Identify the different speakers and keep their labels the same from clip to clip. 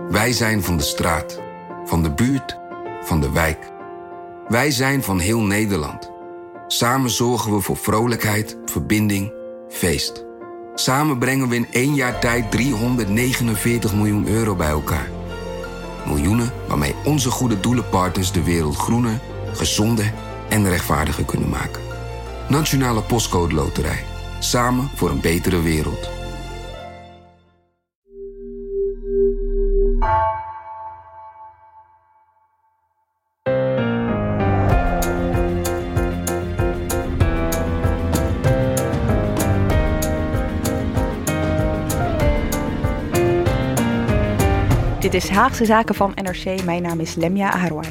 Speaker 1: Wij zijn van de straat, van de buurt, van de wijk. Wij zijn van heel Nederland. Samen zorgen we voor vrolijkheid, verbinding, feest. Samen brengen we in 1 jaar tijd 349 miljoen euro bij elkaar. Miljoenen waarmee onze goede doelenpartners de wereld groener, gezonder en rechtvaardiger kunnen maken. Nationale Postcode Loterij. Samen voor een betere wereld.
Speaker 2: Dit is Haagse Zaken van NRC. Mijn naam is Lemia Aharwai.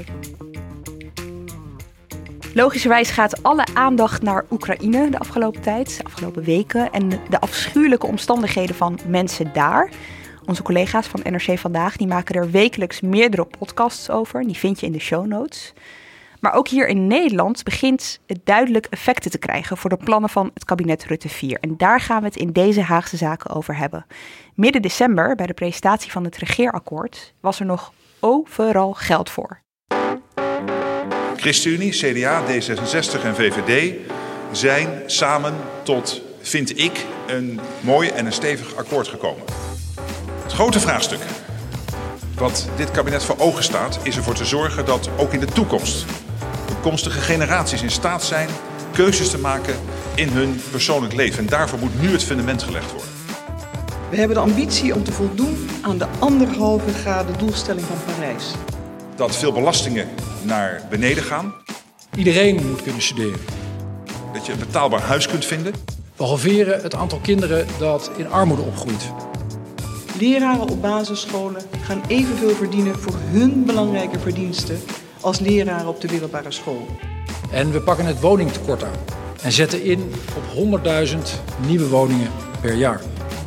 Speaker 2: Logischerwijs gaat alle aandacht naar Oekraïne de afgelopen weken en de afschuwelijke omstandigheden van mensen daar. Onze collega's van NRC Vandaag die maken er wekelijks meerdere podcasts over. Die vind je in de show notes. Maar ook hier in Nederland begint het duidelijk effecten te krijgen voor de plannen van het kabinet Rutte 4. En daar gaan we het in deze Haagse Zaken over hebben. Midden december, bij de presentatie van het regeerakkoord, was er nog overal geld voor.
Speaker 3: ChristenUnie, CDA, D66 en VVD zijn samen tot, vind ik, een mooi en een stevig akkoord gekomen. Het grote vraagstuk wat dit kabinet voor ogen staat, is ervoor te zorgen dat ook in de toekomst toekomstige generaties in staat zijn keuzes te maken in hun persoonlijk leven. En daarvoor moet nu het fundament gelegd worden.
Speaker 4: We hebben de ambitie om te voldoen aan de 1,5 graden doelstelling van Parijs.
Speaker 3: Dat veel belastingen naar beneden gaan.
Speaker 5: Iedereen moet kunnen studeren.
Speaker 3: Dat je een betaalbaar huis kunt vinden.
Speaker 5: We halveren het aantal kinderen dat in armoede opgroeit.
Speaker 4: Leraren op basisscholen gaan evenveel verdienen voor hun belangrijke verdiensten als leraren op de middelbare school.
Speaker 5: En we pakken het woningtekort aan en zetten in op 100.000 nieuwe woningen per jaar.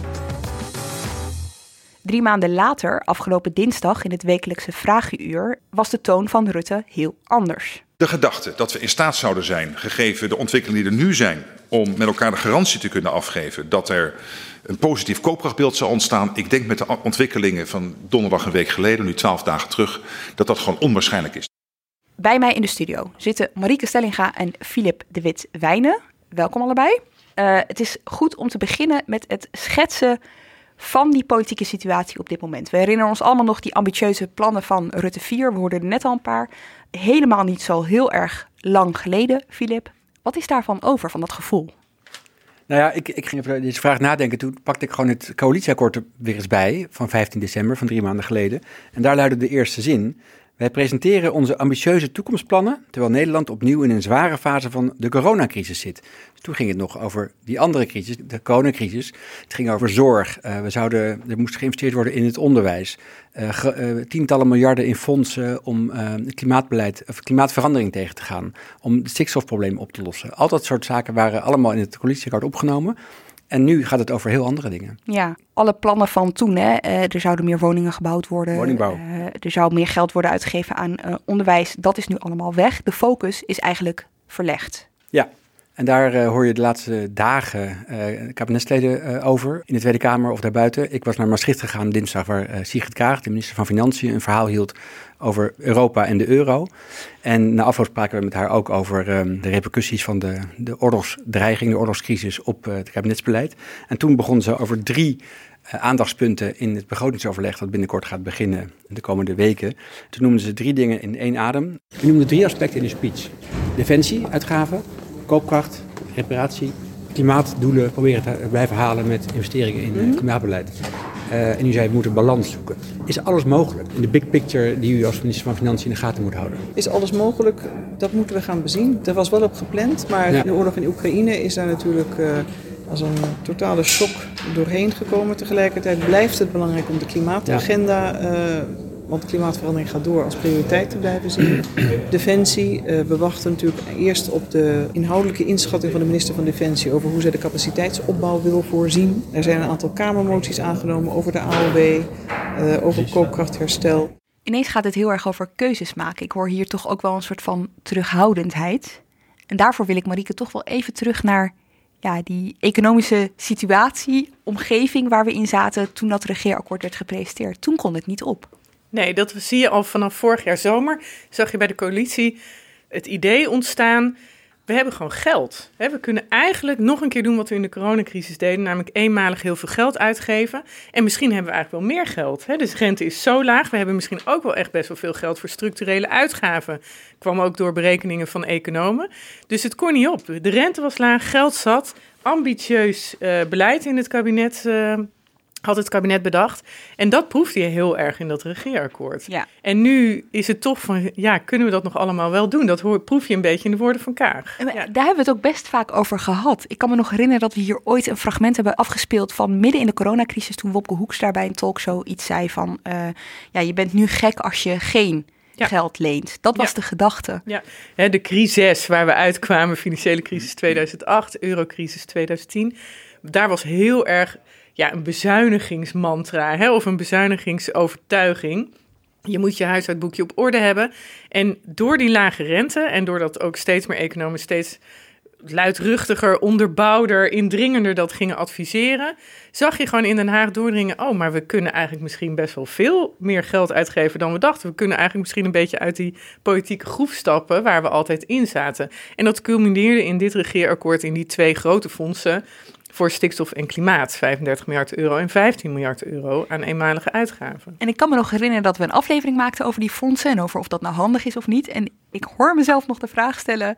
Speaker 2: 3 maanden later, afgelopen dinsdag in het wekelijkse Vragenuur, was de toon van Rutte heel anders.
Speaker 3: De gedachte dat we in staat zouden zijn, gegeven de ontwikkelingen die er nu zijn, om met elkaar de garantie te kunnen afgeven dat er een positief koopkrachtbeeld zal ontstaan. Ik denk met de ontwikkelingen van donderdag een week geleden, nu 12 dagen terug, dat dat gewoon onwaarschijnlijk is.
Speaker 2: Bij mij in de studio zitten Marieke Stellinga en Philip de Wit-Wijnen. Welkom allebei. Het is goed om te beginnen met het schetsen van die politieke situatie op dit moment. We herinneren ons allemaal nog die ambitieuze plannen van Rutte 4. We hoorden er net al een paar. Helemaal niet zo heel erg lang geleden, Philip. Wat is daarvan over, van dat gevoel?
Speaker 6: Nou ja, ik ging over deze vraag nadenken. Toen pakte ik gewoon het coalitieakkoord er weer eens bij van 15 december, van 3 maanden geleden. En daar luidde de eerste zin: wij presenteren onze ambitieuze toekomstplannen, terwijl Nederland opnieuw in een zware fase van de coronacrisis zit. Dus toen ging het nog over die andere crisis, de coronacrisis. Het ging over zorg. Er moest geïnvesteerd worden in het onderwijs. Tientallen miljarden in fondsen om het klimaatbeleid of klimaatverandering tegen te gaan. Om het stikstofprobleem op te lossen. Al dat soort zaken waren allemaal in het coalitieakkoord opgenomen. En nu gaat het over heel andere dingen.
Speaker 2: Ja, alle plannen van toen. Er zouden meer woningen gebouwd worden.
Speaker 6: Woningbouw.
Speaker 2: Er zou meer geld worden uitgegeven aan onderwijs. Dat is nu allemaal weg. De focus is eigenlijk verlegd.
Speaker 6: Ja, en daar hoor je de laatste dagen kabinetsleden over. In de Tweede Kamer of daarbuiten. Ik was naar Maastricht gegaan dinsdag, waar Sigrid Kaag, de minister van Financiën, een verhaal hield over Europa en de euro. En na afloop spraken we met haar ook over de repercussies van de oorlogsdreiging, de oorlogscrisis op het kabinetsbeleid. En toen begonnen ze over 3 aandachtspunten in het begrotingsoverleg dat binnenkort gaat beginnen de komende weken. Toen noemden ze 3 dingen in 1 adem. We noemden 3 aspecten in de speech. Defensie, uitgaven, koopkracht, reparatie, klimaatdoelen proberen te blijven halen met investeringen in klimaatbeleid. En u zei, we moeten balans zoeken. Is alles mogelijk in de big picture die u als minister van Financiën in de gaten moet houden?
Speaker 4: Is alles mogelijk? Dat moeten we gaan bezien. Er was wel op gepland, maar de oorlog in Oekraïne is daar natuurlijk als een totale shock doorheen gekomen. Tegelijkertijd blijft het belangrijk om de klimaatagenda, want klimaatverandering gaat door, als prioriteit te blijven zien. Defensie, we wachten natuurlijk eerst op de inhoudelijke inschatting van de minister van Defensie over hoe zij de capaciteitsopbouw wil voorzien. Er zijn een aantal kamermoties aangenomen over de AOW, over koopkrachtherstel.
Speaker 2: Ineens gaat het heel erg over keuzes maken. Ik hoor hier toch ook wel een soort van terughoudendheid. En daarvoor wil ik, Marieke, toch wel even terug naar die economische situatie, omgeving waar we in zaten toen dat regeerakkoord werd gepresenteerd. Toen kon het niet op.
Speaker 7: Nee, dat zie je al vanaf vorig jaar zomer. Zag je bij de coalitie het idee ontstaan, we hebben gewoon geld. We kunnen eigenlijk nog een keer doen wat we in de coronacrisis deden, namelijk eenmalig heel veel geld uitgeven. En misschien hebben we eigenlijk wel meer geld. Dus de rente is zo laag, we hebben misschien ook wel echt best wel veel geld voor structurele uitgaven. Kwam ook door berekeningen van economen. Dus het kon niet op. De rente was laag, geld zat, ambitieus beleid in het kabinet had het kabinet bedacht. En dat proefde je heel erg in dat regeerakkoord. Ja. En nu is het toch van, kunnen we dat nog allemaal wel doen? Dat proef je een beetje in de woorden van Kaag.
Speaker 2: Daar hebben we het ook best vaak over gehad. Ik kan me nog herinneren dat we hier ooit een fragment hebben afgespeeld van midden in de coronacrisis, toen Wopke Hoekstra bij een talkshow iets zei van, je bent nu gek als je geen geld leent. Dat was de gedachte. Ja.
Speaker 7: De crisis waar we uitkwamen, financiële crisis 2008, eurocrisis 2010, daar was heel erg een bezuinigingsmantra of een bezuinigingsovertuiging. Je moet je huishoudboekje op orde hebben. En door die lage rente en doordat ook steeds meer economen steeds luidruchtiger, onderbouwder, indringender dat gingen adviseren, zag je gewoon in Den Haag doordringen, maar we kunnen eigenlijk misschien best wel veel meer geld uitgeven dan we dachten. We kunnen eigenlijk misschien een beetje uit die politieke groef stappen waar we altijd in zaten. En dat culmineerde in dit regeerakkoord in die 2 grote fondsen voor stikstof en klimaat, 35 miljard euro en 15 miljard euro aan eenmalige uitgaven.
Speaker 2: En ik kan me nog herinneren dat we een aflevering maakten over die fondsen en over of dat nou handig is of niet. En ik hoor mezelf nog de vraag stellen,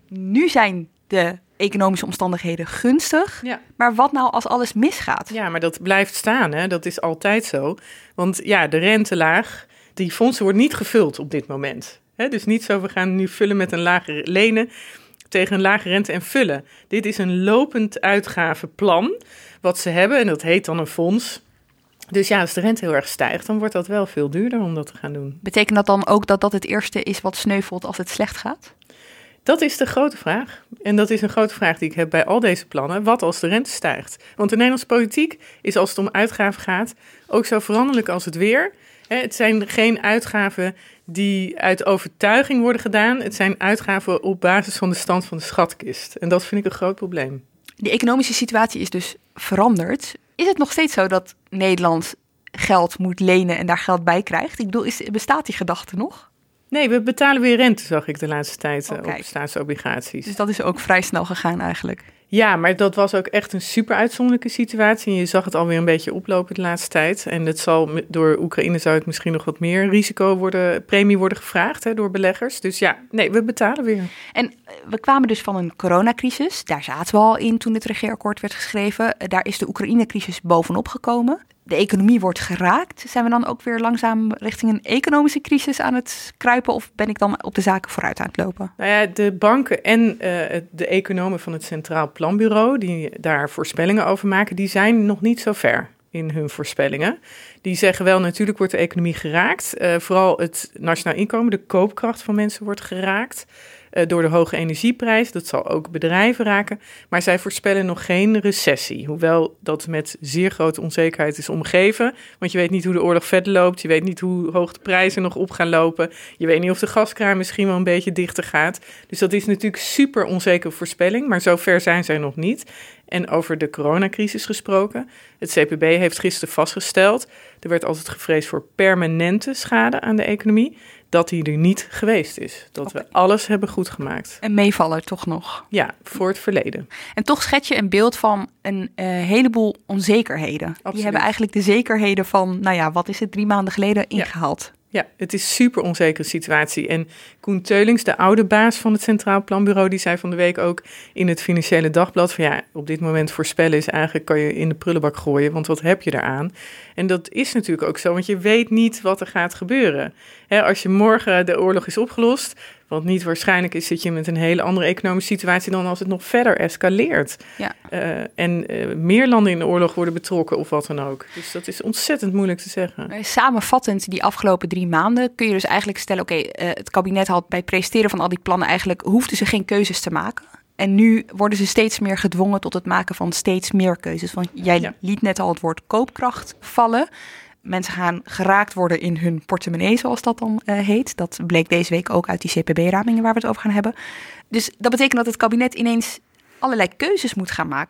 Speaker 2: nu zijn de economische omstandigheden gunstig, maar wat nou als alles misgaat?
Speaker 7: Ja, maar dat blijft staan, hè? Dat is altijd zo. Want de rente laag, die fondsen wordt niet gevuld op dit moment. Dus niet zo, we gaan nu vullen met een lagere lenen tegen een lage rente en vullen. Dit is een lopend uitgavenplan wat ze hebben en dat heet dan een fonds. Dus als de rente heel erg stijgt, dan wordt dat wel veel duurder om dat te gaan doen.
Speaker 2: Betekent dat dan ook dat dat het eerste is wat sneuvelt als het slecht gaat?
Speaker 7: Dat is de grote vraag. En dat is een grote vraag die ik heb bij al deze plannen. Wat als de rente stijgt? Want de Nederlandse politiek is, als het om uitgaven gaat, ook zo veranderlijk als het weer. Het zijn geen uitgaven die uit overtuiging worden gedaan. Het zijn uitgaven op basis van de stand van de schatkist. En dat vind ik een groot probleem.
Speaker 2: De economische situatie is dus veranderd. Is het nog steeds zo dat Nederland geld moet lenen en daar geld bij krijgt? Ik bedoel, bestaat die gedachte nog?
Speaker 7: Nee, we betalen weer rente, zag ik de laatste tijd op staatsobligaties.
Speaker 2: Dus dat is ook vrij snel gegaan eigenlijk.
Speaker 7: Ja, maar dat was ook echt een super uitzonderlijke situatie. En je zag het alweer een beetje oplopen de laatste tijd. En het zal door Oekraïne zou het misschien nog wat meer premie worden gevraagd door beleggers. Dus we betalen weer.
Speaker 2: En we kwamen dus van een coronacrisis. Daar zaten we al in toen het regeerakkoord werd geschreven. Daar is de Oekraïne-crisis bovenop gekomen. De economie wordt geraakt. Zijn we dan ook weer langzaam richting een economische crisis aan het kruipen? Of ben ik dan op de zaken vooruit aan het lopen?
Speaker 7: De banken en de economen van het Centraal Planbureau, die daar voorspellingen over maken, die zijn nog niet zo ver in hun voorspellingen. Die zeggen wel, natuurlijk wordt de economie geraakt. Vooral het nationaal inkomen, de koopkracht van mensen wordt geraakt door de hoge energieprijs. Dat zal ook bedrijven raken. Maar zij voorspellen nog geen recessie. Hoewel dat met zeer grote onzekerheid is omgeven. Want je weet niet hoe de oorlog verder loopt. Je weet niet hoe hoog de prijzen nog op gaan lopen. Je weet niet of de gaskraan misschien wel een beetje dichter gaat. Dus dat is natuurlijk super onzekere voorspelling. Maar zover zijn zij nog niet. En over de coronacrisis gesproken. Het CPB heeft gisteren vastgesteld, er werd altijd gevreesd voor permanente schade aan de economie, dat die er niet geweest is. Dat we alles hebben goed gemaakt.
Speaker 2: En meevallen toch nog?
Speaker 7: Ja, voor het verleden.
Speaker 2: En toch schets je een beeld van een heleboel onzekerheden. Absoluut. Die hebben eigenlijk de zekerheden van, wat is het 3 maanden geleden ingehaald?
Speaker 7: Ja, het is een super onzekere situatie. En Koen Teulings, de oude baas van het Centraal Planbureau, die zei van de week ook in het Financiële Dagblad van op dit moment voorspellen is eigenlijk, kan je in de prullenbak gooien, want wat heb je eraan? En dat is natuurlijk ook zo, want je weet niet wat er gaat gebeuren. Als je morgen de oorlog is opgelost, wat niet waarschijnlijk is, zit je met een hele andere economische situatie dan als het nog verder escaleert. Ja. En meer landen in de oorlog worden betrokken of wat dan ook. Dus dat is ontzettend moeilijk te zeggen.
Speaker 2: Samenvattend, die afgelopen 3 maanden kun je dus eigenlijk stellen, het kabinet had bij het presenteren van al die plannen eigenlijk, hoefden ze geen keuzes te maken. En nu worden ze steeds meer gedwongen tot het maken van steeds meer keuzes. Want jij liet net al het woord koopkracht vallen. Mensen gaan geraakt worden in hun portemonnee, zoals dat dan heet. Dat bleek deze week ook uit die CPB-ramingen waar we het over gaan hebben. Dus dat betekent dat het kabinet ineens allerlei keuzes moet gaan maken.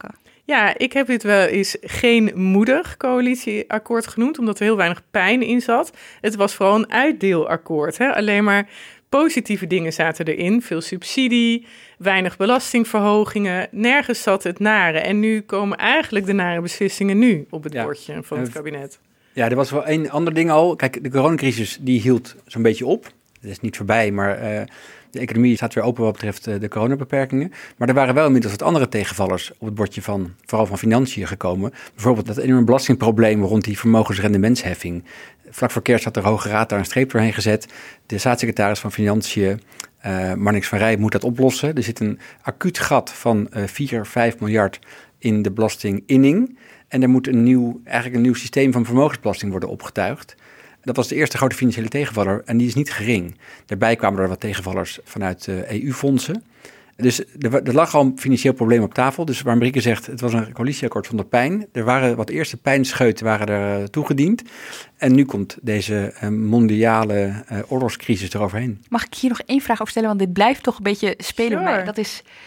Speaker 7: Ja, ik heb dit wel eens geen moedig coalitieakkoord genoemd, omdat er heel weinig pijn in zat. Het was vooral een uitdeelakkoord. Hè? Alleen maar positieve dingen zaten erin. Veel subsidie, weinig belastingverhogingen. Nergens zat het nare. En nu komen eigenlijk de nare beslissingen nu op het bordje van het kabinet.
Speaker 6: Ja, er was wel één ander ding al. Kijk, de coronacrisis die hield zo'n beetje op. Het is niet voorbij, maar de economie staat weer open wat betreft de coronabeperkingen. Maar er waren wel inmiddels wat andere tegenvallers op het bordje vooral van financiën gekomen. Bijvoorbeeld dat enorme belastingprobleem rond die vermogensrendementsheffing. Vlak voor kerst had de Hoge Raad daar een streep doorheen gezet. De staatssecretaris van Financiën, Marnix van Rij, moet dat oplossen. Er zit een acuut gat van 4-5 miljard in de belastinginning. En er moet een nieuw systeem van vermogensbelasting worden opgetuigd. Dat was de eerste grote financiële tegenvaller en die is niet gering. Daarbij kwamen er wat tegenvallers vanuit EU-fondsen. Dus er lag al een financieel probleem op tafel. Dus waar Marieke zegt, het was een coalitieakkoord zonder pijn. Er waren wat eerste pijnscheuten er toegediend. En nu komt deze mondiale oorlogscrisis eroverheen.
Speaker 2: Mag ik hier nog één vraag over stellen? Want dit blijft toch een beetje spelen bij mij. Dat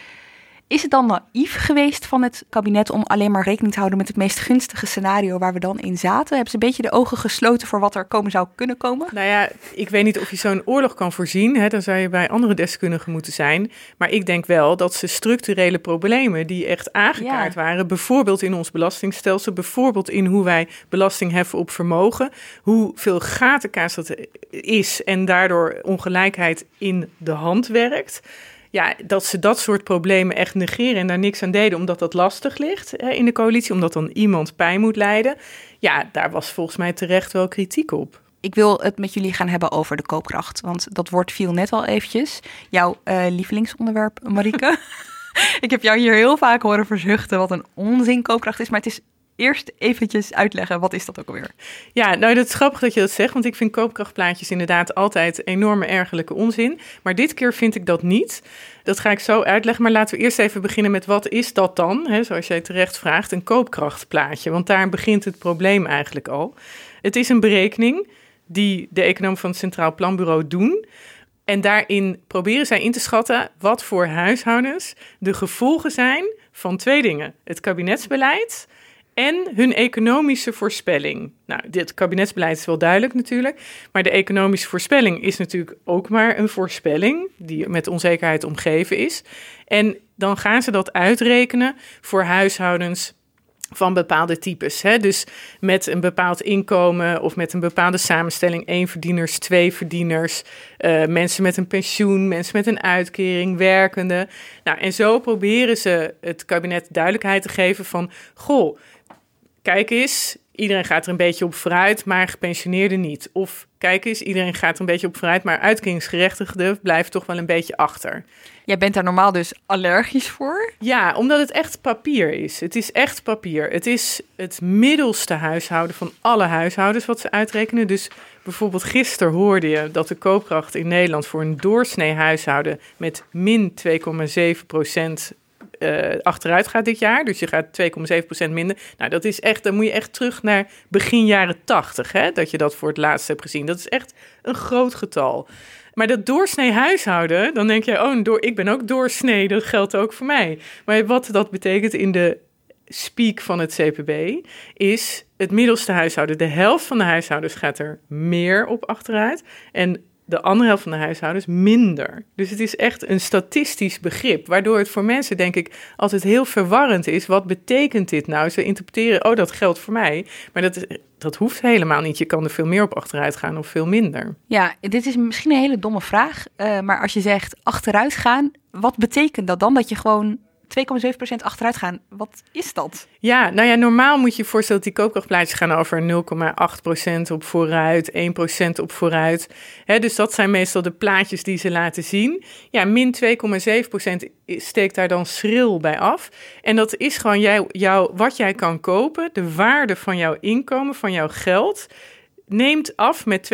Speaker 2: is het dan naïef geweest van het kabinet om alleen maar rekening te houden met het meest gunstige scenario waar we dan in zaten? Hebben ze een beetje de ogen gesloten voor wat er zou kunnen komen?
Speaker 7: Nou ja, ik weet niet of je zo'n oorlog kan voorzien. Hè? Dan zou je bij andere deskundigen moeten zijn. Maar ik denk wel dat ze structurele problemen die echt aangekaart waren, bijvoorbeeld in ons belastingstelsel, bijvoorbeeld in hoe wij belasting heffen op vermogen, hoeveel gatenkaas dat is en daardoor ongelijkheid in de hand werkt. Ja, dat ze dat soort problemen echt negeren en daar niks aan deden, omdat dat lastig ligt in de coalitie, omdat dan iemand pijn moet lijden. Ja, daar was volgens mij terecht wel kritiek op.
Speaker 2: Ik wil het met jullie gaan hebben over de koopkracht, want dat woord viel net al eventjes. Jouw lievelingsonderwerp, Marieke. Ik heb jou hier heel vaak horen verzuchten wat een onzin koopkracht is, maar het is eerst eventjes uitleggen, wat is dat ook alweer?
Speaker 7: Ja, nou, dat is grappig dat je dat zegt, want ik vind koopkrachtplaatjes inderdaad altijd enorme ergerlijke onzin. Maar dit keer vind ik dat niet. Dat ga ik zo uitleggen, maar laten we eerst even beginnen met wat is dat dan? Hè, zoals jij terecht vraagt, een koopkrachtplaatje, want daar begint het probleem eigenlijk al. Het is een berekening die de economen van het Centraal Planbureau doen. En daarin proberen zij in te schatten wat voor huishoudens de gevolgen zijn van twee dingen. Het kabinetsbeleid en hun economische voorspelling. Nou, dit kabinetsbeleid is wel duidelijk natuurlijk, maar de economische voorspelling is natuurlijk ook maar een voorspelling die met onzekerheid omgeven is. En dan gaan ze dat uitrekenen voor huishoudens van bepaalde types. Hè? Dus met een bepaald inkomen of met een bepaalde samenstelling, 1-verdieners, 2-verdieners, mensen met een pensioen, mensen met een uitkering, werkenden. Nou, en zo proberen ze het kabinet duidelijkheid te geven van, goh, kijk eens, iedereen gaat er een beetje op vooruit, maar gepensioneerden niet. Of kijk eens, iedereen gaat er een beetje op vooruit, maar uitkeringsgerechtigden blijven toch wel een beetje achter.
Speaker 2: Jij bent daar normaal dus allergisch voor?
Speaker 7: Ja, omdat het echt papier is. Het is echt papier. Het is het middelste huishouden van alle huishoudens wat ze uitrekenen. Dus bijvoorbeeld gisteren hoorde je dat de koopkracht in Nederland voor een doorsnee huishouden met min 2,7% achteruit gaat dit jaar. Dus je gaat 2,7% minder. Nou, dat is echt, dan moet je echt terug naar begin jaren 80, hè, dat je dat voor het laatst hebt gezien. Dat is echt een groot getal. Maar dat doorsnee huishouden, dan denk je, ik ben ook doorsnee, dat geldt ook voor mij. Maar wat dat betekent in de speak van het CPB is het middelste huishouden. De helft van de huishoudens gaat er meer op achteruit en de andere helft van de huishoudens minder. Dus het is echt een statistisch begrip, waardoor het voor mensen, denk ik, altijd heel verwarrend is. Wat betekent dit nou? Ze interpreteren, dat geldt voor mij. Maar dat hoeft helemaal niet. Je kan er veel meer op achteruit gaan of veel minder.
Speaker 2: Ja, dit is misschien een hele domme vraag. Maar als je zegt achteruit gaan, wat betekent dat dan? Dat je gewoon 2,7% achteruit gaan. Wat is dat?
Speaker 7: Ja, nou ja, normaal moet je je voorstellen dat die koopkrachtplaatjes gaan over 0,8% op vooruit, 1% op vooruit. Dus dat zijn meestal de plaatjes die ze laten zien. Ja, min 2,7% steekt daar dan schril bij af. En dat is gewoon wat jij kan kopen, de waarde van jouw inkomen, van jouw geld, neemt af met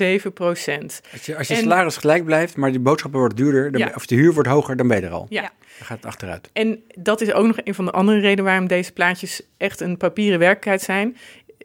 Speaker 7: 2,7%.
Speaker 6: Als je salaris gelijk blijft, maar die boodschappen worden duurder, of de huur wordt hoger, dan ben je er al.
Speaker 7: Ja.
Speaker 6: Dan gaat het achteruit.
Speaker 7: En dat is ook nog een van de andere redenen waarom deze plaatjes echt een papieren werkelijkheid zijn.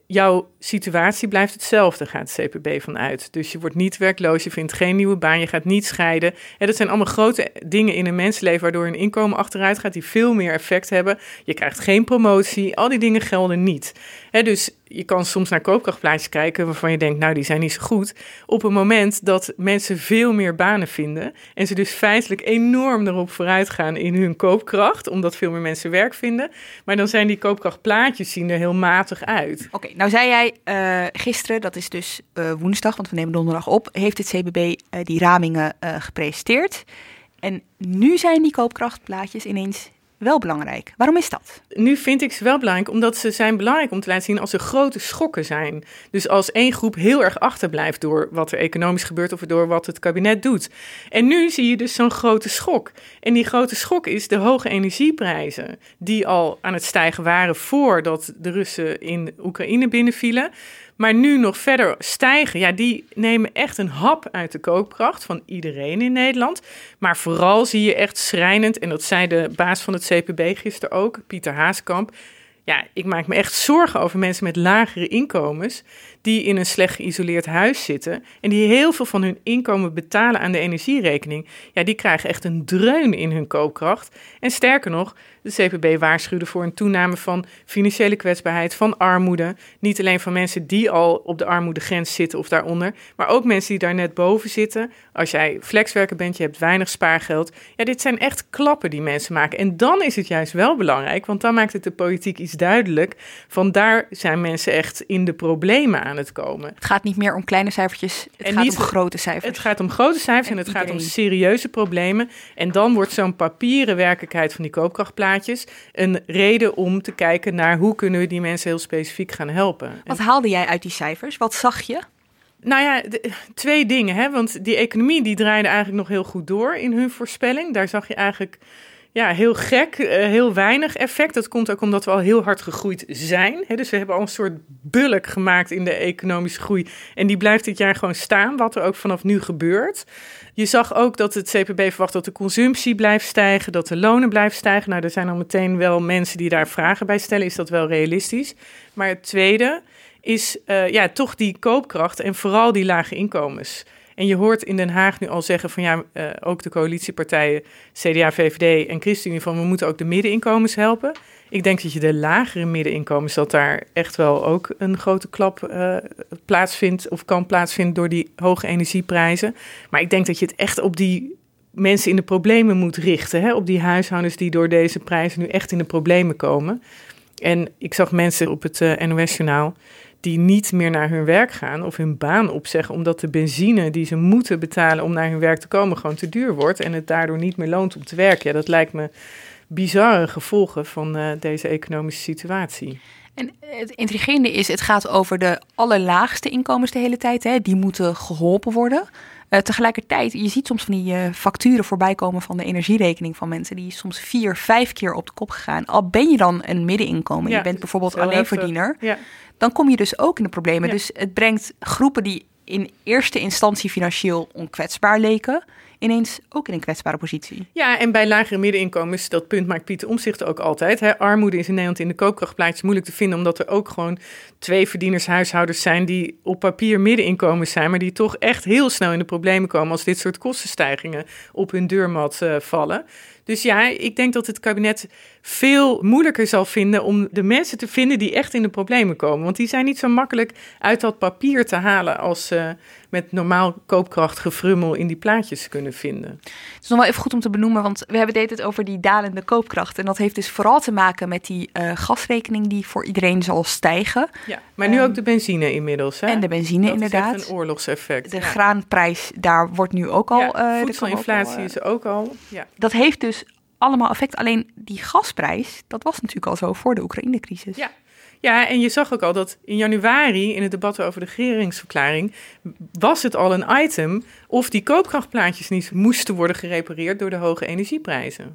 Speaker 7: jouw situatie blijft hetzelfde, gaat het CPB vanuit. Dus je wordt niet werkloos, je vindt geen nieuwe baan, je gaat niet scheiden. En dat zijn allemaal grote dingen in een mensenleven waardoor een inkomen achteruit gaat die veel meer effect hebben. Je krijgt geen promotie, al die dingen gelden niet. Dus je kan soms naar koopkrachtplaatjes kijken waarvan je denkt, nou, die zijn niet zo goed. Op een moment dat mensen veel meer banen vinden en ze dus feitelijk enorm erop vooruit gaan in hun koopkracht, omdat veel meer mensen werk vinden. Maar dan zijn die koopkrachtplaatjes zien er heel matig uit.
Speaker 2: Oké, nou zei jij gisteren, dat is dus woensdag, want we nemen donderdag op, heeft het CPB die ramingen gepresenteerd. En nu zijn die koopkrachtplaatjes ineens wel belangrijk. Waarom is dat?
Speaker 7: Nu vind ik ze wel belangrijk, omdat ze zijn belangrijk om te laten zien als er grote schokken zijn. Dus als één groep heel erg achterblijft door wat er economisch gebeurt of door wat het kabinet doet. En nu zie je dus zo'n grote schok. En die grote schok is de hoge energieprijzen, die al aan het stijgen waren voordat de Russen in Oekraïne binnenvielen. Maar nu nog verder stijgen, ja, die nemen echt een hap uit de koopkracht van iedereen in Nederland. Maar vooral zie je echt schrijnend, en dat zei de baas van het CPB gisteren ook, Pieter Haaskamp. Ja, ik maak me echt zorgen over mensen met lagere inkomens die in een slecht geïsoleerd huis zitten en die heel veel van hun inkomen betalen aan de energierekening. Ja, die krijgen echt een dreun in hun koopkracht. En sterker nog, de CPB waarschuwde voor een toename van financiële kwetsbaarheid, van armoede. Niet alleen van mensen die al op de armoedegrens zitten of daaronder, maar ook mensen die daar net boven zitten. Als jij flexwerker bent, je hebt weinig spaargeld. Ja, dit zijn echt klappen die mensen maken. En dan is het juist wel belangrijk, want dan maakt het de politiek iets duidelijk. Van daar zijn mensen echt in de problemen aan het komen.
Speaker 2: Het gaat niet meer om kleine cijfertjes, het gaat om grote cijfers.
Speaker 7: Het gaat om grote cijfers en het gaat om serieuze problemen. En dan wordt zo'n papieren werkelijkheid van die koopkrachtplaatjes een reden om te kijken naar hoe kunnen we die mensen heel specifiek gaan helpen.
Speaker 2: Wat haalde jij uit die cijfers? Wat zag je?
Speaker 7: Nou ja, twee dingen. Hè? Want die economie die draaide eigenlijk nog heel goed door in hun voorspelling. Daar zag je eigenlijk heel gek, heel weinig effect. Dat komt ook omdat we al heel hard gegroeid zijn. Hè? Dus we hebben al een soort bulk gemaakt in de economische groei. En die blijft dit jaar gewoon staan, wat er ook vanaf nu gebeurt. Je zag ook dat het CPB verwacht dat de consumptie blijft stijgen, dat de lonen blijven stijgen. Nou, er zijn al meteen wel mensen die daar vragen bij stellen. Is dat wel realistisch? Maar het tweede is toch die koopkracht en vooral die lage inkomens. En je hoort in Den Haag nu al zeggen van ook de coalitiepartijen CDA, VVD en ChristenUnie van we moeten ook de middeninkomens helpen. Ik denk dat je de lagere middeninkomens, dat daar echt wel ook een grote klap plaatsvindt of kan plaatsvinden door die hoge energieprijzen. Maar ik denk dat je het echt op die mensen in de problemen moet richten. Hè? Op die huishoudens die door deze prijzen nu echt in de problemen komen. En ik zag mensen op het NOS-journaal die niet meer naar hun werk gaan of hun baan opzeggen, omdat de benzine die ze moeten betalen om naar hun werk te komen gewoon te duur wordt en het daardoor niet meer loont om te werken. Ja, dat lijkt me bizarre gevolgen van deze economische situatie.
Speaker 2: En het intrigerende is, het gaat over de allerlaagste inkomens de hele tijd. Hè? Die moeten geholpen worden. Tegelijkertijd, je ziet soms van die facturen voorbij komen van de energierekening van mensen die soms 4-5 keer op de kop gaan. Al ben je dan een middeninkomen, je bent bijvoorbeeld alleenverdiener, dan kom je dus ook in de problemen. Ja. Dus het brengt groepen die in eerste instantie financieel onkwetsbaar leken, ineens ook in een kwetsbare positie. Ja,
Speaker 7: en bij lagere middeninkomens, dat punt maakt Pieter Omtzigt ook altijd. Hè? Armoede is in Nederland in de koopkrachtplaatjes moeilijk te vinden, omdat er ook gewoon 2 verdienershuishoudens zijn die op papier middeninkomens zijn, maar die toch echt heel snel in de problemen komen als dit soort kostenstijgingen op hun deurmat vallen. Dus ja, ik denk dat het kabinet veel moeilijker zal vinden om de mensen te vinden die echt in de problemen komen. Want die zijn niet zo makkelijk uit dat papier te halen als ze met normaal koopkrachtgefrummel in die plaatjes kunnen vinden.
Speaker 2: Het is nog wel even goed om te benoemen, want we hebben het over die dalende koopkracht. En dat heeft dus vooral te maken met die gasrekening die voor iedereen zal stijgen.
Speaker 7: Ja, maar nu ook de benzine inmiddels. Hè?
Speaker 2: En de benzine dat inderdaad.
Speaker 7: Dat is echt een oorlogseffect.
Speaker 2: De graanprijs, daar wordt nu ook al...
Speaker 7: voedselinflatie is ook al. Ja.
Speaker 2: Dat heeft dus allemaal effect. Alleen die gasprijs, dat was natuurlijk al zo voor de Oekraïne-crisis.
Speaker 7: Ja, en je zag ook al dat in januari in het debat over de regeringsverklaring was het al een item of die koopkrachtplaatjes niet moesten worden gerepareerd door de hoge energieprijzen.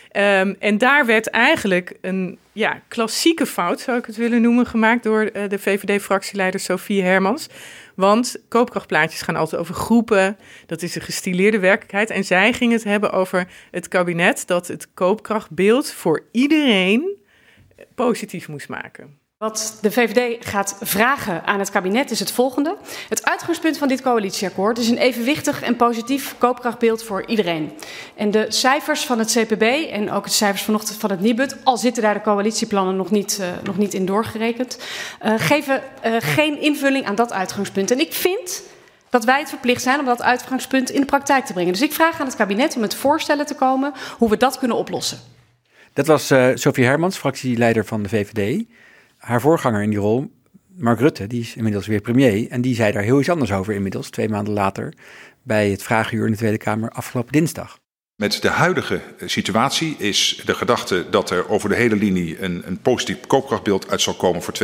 Speaker 7: En daar werd eigenlijk een klassieke fout, zou ik het willen noemen, gemaakt door de VVD-fractieleider Sophie Hermans. Want koopkrachtplaatjes gaan altijd over groepen, dat is een gestileerde werkelijkheid. En zij ging het hebben over het kabinet dat het koopkrachtbeeld voor iedereen positief moest maken.
Speaker 8: Wat de VVD gaat vragen aan het kabinet is het volgende. Het uitgangspunt van dit coalitieakkoord is een evenwichtig en positief koopkrachtbeeld voor iedereen. En de cijfers van het CPB en ook de cijfers vanochtend van het Nibud, al zitten daar de coalitieplannen nog niet in doorgerekend, geven geen invulling aan dat uitgangspunt. En ik vind dat wij het verplicht zijn om dat uitgangspunt in de praktijk te brengen. Dus ik vraag aan het kabinet om met voorstellen te komen hoe we dat kunnen oplossen.
Speaker 6: Dat was Sophie Hermans, fractieleider van de VVD. Haar voorganger in die rol, Mark Rutte, die is inmiddels weer premier. En die zei daar heel iets anders over inmiddels, 2 maanden later, bij het Vragenuur in de Tweede Kamer afgelopen dinsdag.
Speaker 3: Met de huidige situatie is de gedachte dat er over de hele linie een positief koopkrachtbeeld uit zal komen voor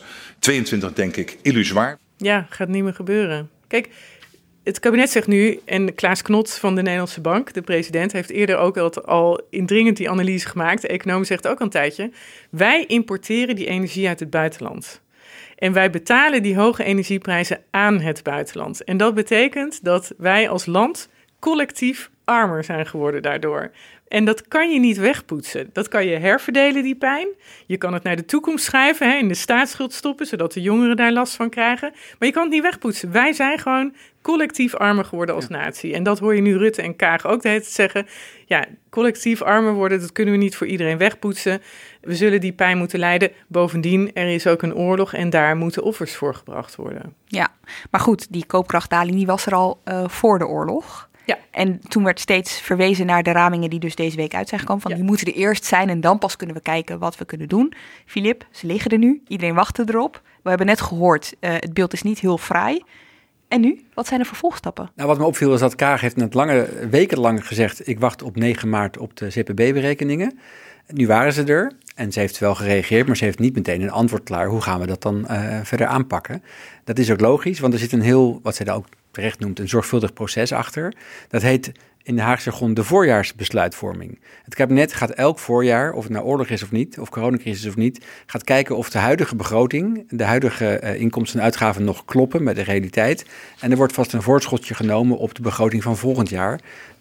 Speaker 3: 2022, denk ik, illusoir.
Speaker 7: Ja, gaat niet meer gebeuren. Kijk, het kabinet zegt nu, en Klaas Knot van de Nederlandse Bank, de president, heeft eerder ook al indringend die analyse gemaakt. De econoom zegt ook al een tijdje, wij importeren die energie uit het buitenland. En wij betalen die hoge energieprijzen aan het buitenland. En dat betekent dat wij als land collectief armer zijn geworden daardoor. En dat kan je niet wegpoetsen. Dat kan je herverdelen, die pijn. Je kan het naar de toekomst schuiven, in de staatsschuld stoppen, zodat de jongeren daar last van krijgen. Maar je kan het niet wegpoetsen. Wij zijn gewoon collectief armer geworden als natie. En dat hoor je nu Rutte en Kaag ook de hele tijd zeggen. Ja, collectief armer worden, dat kunnen we niet voor iedereen wegpoetsen. We zullen die pijn moeten lijden. Bovendien, er is ook een oorlog en daar moeten offers voor gebracht worden.
Speaker 2: Ja, maar goed, die koopkrachtdaling die was er al voor de oorlog. Ja. En toen werd steeds verwezen naar de ramingen die dus deze week uit zijn gekomen. Van die moeten er eerst zijn en dan pas kunnen we kijken wat we kunnen doen. Filip, ze liggen er nu. Iedereen wacht erop. We hebben net gehoord, het beeld is niet heel fraai. En nu? Wat zijn de vervolgstappen?
Speaker 6: Nou, wat me opviel is dat Kaag heeft wekenlang gezegd, ik wacht op 9 maart op de CPB-berekeningen. Nu waren ze er en ze heeft wel gereageerd, maar ze heeft niet meteen een antwoord klaar. Hoe gaan we dat dan verder aanpakken? Dat is ook logisch, want er zit een heel, wat zij daar ook terecht noemt, een zorgvuldig proces achter. Dat heet in de Haagse jargon de voorjaarsbesluitvorming. Het kabinet gaat elk voorjaar, of het nou oorlog is of niet, of coronacrisis of niet, gaat kijken of de huidige begroting, de huidige inkomsten en uitgaven nog kloppen met de realiteit. En er wordt vast een voorschotje genomen op de begroting van volgend jaar,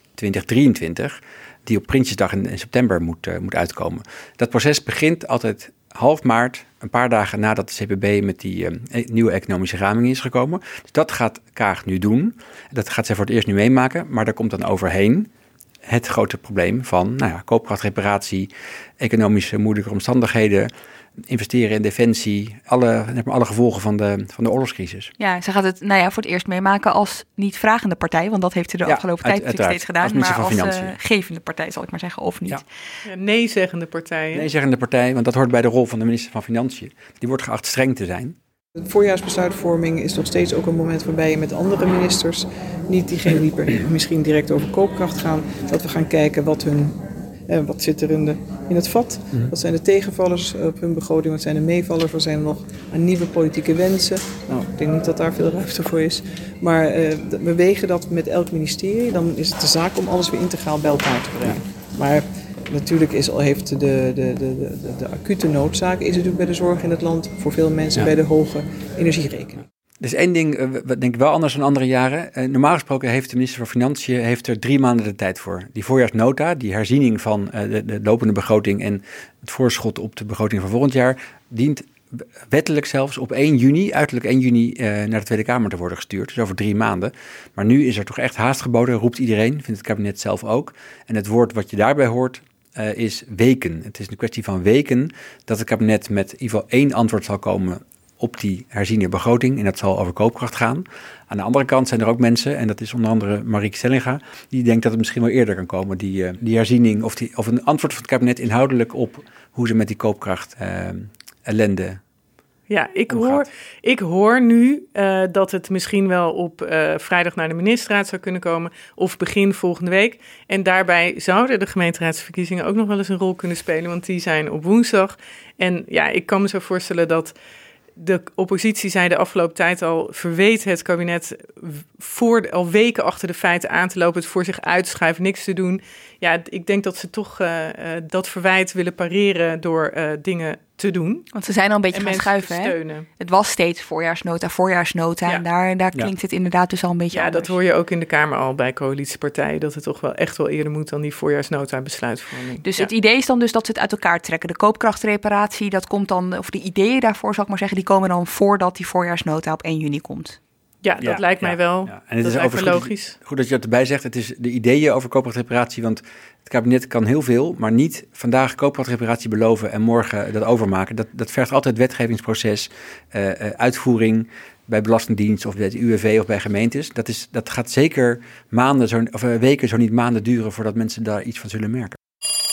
Speaker 6: 2023, die op Prinsjesdag in september moet uitkomen. Dat proces begint altijd half maart, een paar dagen nadat de CPB met die nieuwe economische raming is gekomen. Dus dat gaat Kaag nu doen. Dat gaat zij voor het eerst nu meemaken, maar daar komt dan overheen het grote probleem van koopkrachtreparatie, economische moeilijke omstandigheden, investeren in defensie, alle gevolgen van de oorlogscrisis.
Speaker 2: Ja, ze gaat het voor het eerst meemaken als niet vragende partij, want dat heeft ze de afgelopen tijd natuurlijk steeds gedaan, maar als gevende partij, zal ik maar zeggen, of niet.
Speaker 7: Ja, nee-zeggende partij.
Speaker 6: Nee-zeggende partij, want dat hoort bij de rol van de minister van Financiën. Die wordt geacht streng te zijn.
Speaker 4: De voorjaarsbesluitvorming is nog steeds ook een moment waarbij je met andere ministers, niet diegenen die misschien direct over koopkracht gaan, dat we gaan kijken wat zit er in het vat? Wat zijn de tegenvallers op hun begroting? Wat zijn de meevallers? Wat zijn er nog aan nieuwe politieke wensen? Nou, ik denk niet dat daar veel ruimte voor is. Maar we wegen dat met elk ministerie. Dan is het de zaak om alles weer integraal bij elkaar te brengen. Maar natuurlijk heeft de acute noodzaak is natuurlijk bij de zorg in het land voor veel mensen bij de hoge energierekening.
Speaker 6: Dus één ding, denk ik wel anders dan andere jaren. Normaal gesproken heeft de minister van Financiën er 3 maanden de tijd voor. Die voorjaarsnota, die herziening van de lopende begroting en het voorschot op de begroting van volgend jaar, dient wettelijk zelfs op 1 juni, uiterlijk 1 juni, naar de Tweede Kamer te worden gestuurd. Dus over 3 maanden. Maar nu is er toch echt haast geboden, roept iedereen, vindt het kabinet zelf ook. En het woord wat je daarbij hoort is weken. Het is een kwestie van weken dat het kabinet met in ieder geval 1 antwoord zal komen op die herziene begroting, en dat zal over koopkracht gaan. Aan de andere kant zijn er ook mensen, en dat is onder andere Marieke Stellinga, die denkt dat het misschien wel eerder kan komen, die herziening, of een antwoord van het kabinet inhoudelijk op hoe ze met die koopkracht ellende.
Speaker 7: Ja, ik hoor nu dat het misschien wel op vrijdag naar de ministerraad zou kunnen komen, of begin volgende week. En daarbij zouden de gemeenteraadsverkiezingen ook nog wel eens een rol kunnen spelen, want die zijn op woensdag. En ja, ik kan me zo voorstellen dat de oppositie zei de afgelopen tijd al, verweet het kabinet al weken achter de feiten aan te lopen, het voor zich uit te schuiven, niks te doen. Ja, ik denk dat ze toch dat verwijt willen pareren door dingen te doen.
Speaker 2: Want ze zijn al een beetje
Speaker 7: En
Speaker 2: gaan
Speaker 7: mensen
Speaker 2: schuiven.
Speaker 7: te steunen.
Speaker 2: Hè? Het was steeds voorjaarsnota.
Speaker 7: Ja.
Speaker 2: En daar klinkt het inderdaad dus al een beetje
Speaker 7: Ja,
Speaker 2: anders.
Speaker 7: dat hoor je ook in de Kamer al bij coalitiepartijen, dat het toch wel echt wel eerder moet dan die voorjaarsnota besluitvorming.
Speaker 2: Dus het idee is dan dus dat ze het uit elkaar trekken. De koopkrachtreparatie, dat komt dan, of de ideeën daarvoor, zal ik maar zeggen, die komen dan voordat die voorjaarsnota op 1 juni komt.
Speaker 7: Ja, dat lijkt mij wel.
Speaker 6: Ja. En het is
Speaker 7: lijkt me logisch.
Speaker 6: Goed dat je dat erbij zegt. Het is de ideeën over koopkrachtreparatie, want het kabinet kan heel veel, maar niet vandaag koopkrachtreparatie beloven en morgen dat overmaken. Dat vergt altijd wetgevingsproces, uitvoering bij Belastingdienst of bij het UWV of bij gemeentes. Dat gaat zeker weken, zo niet maanden duren voordat mensen daar iets van zullen merken.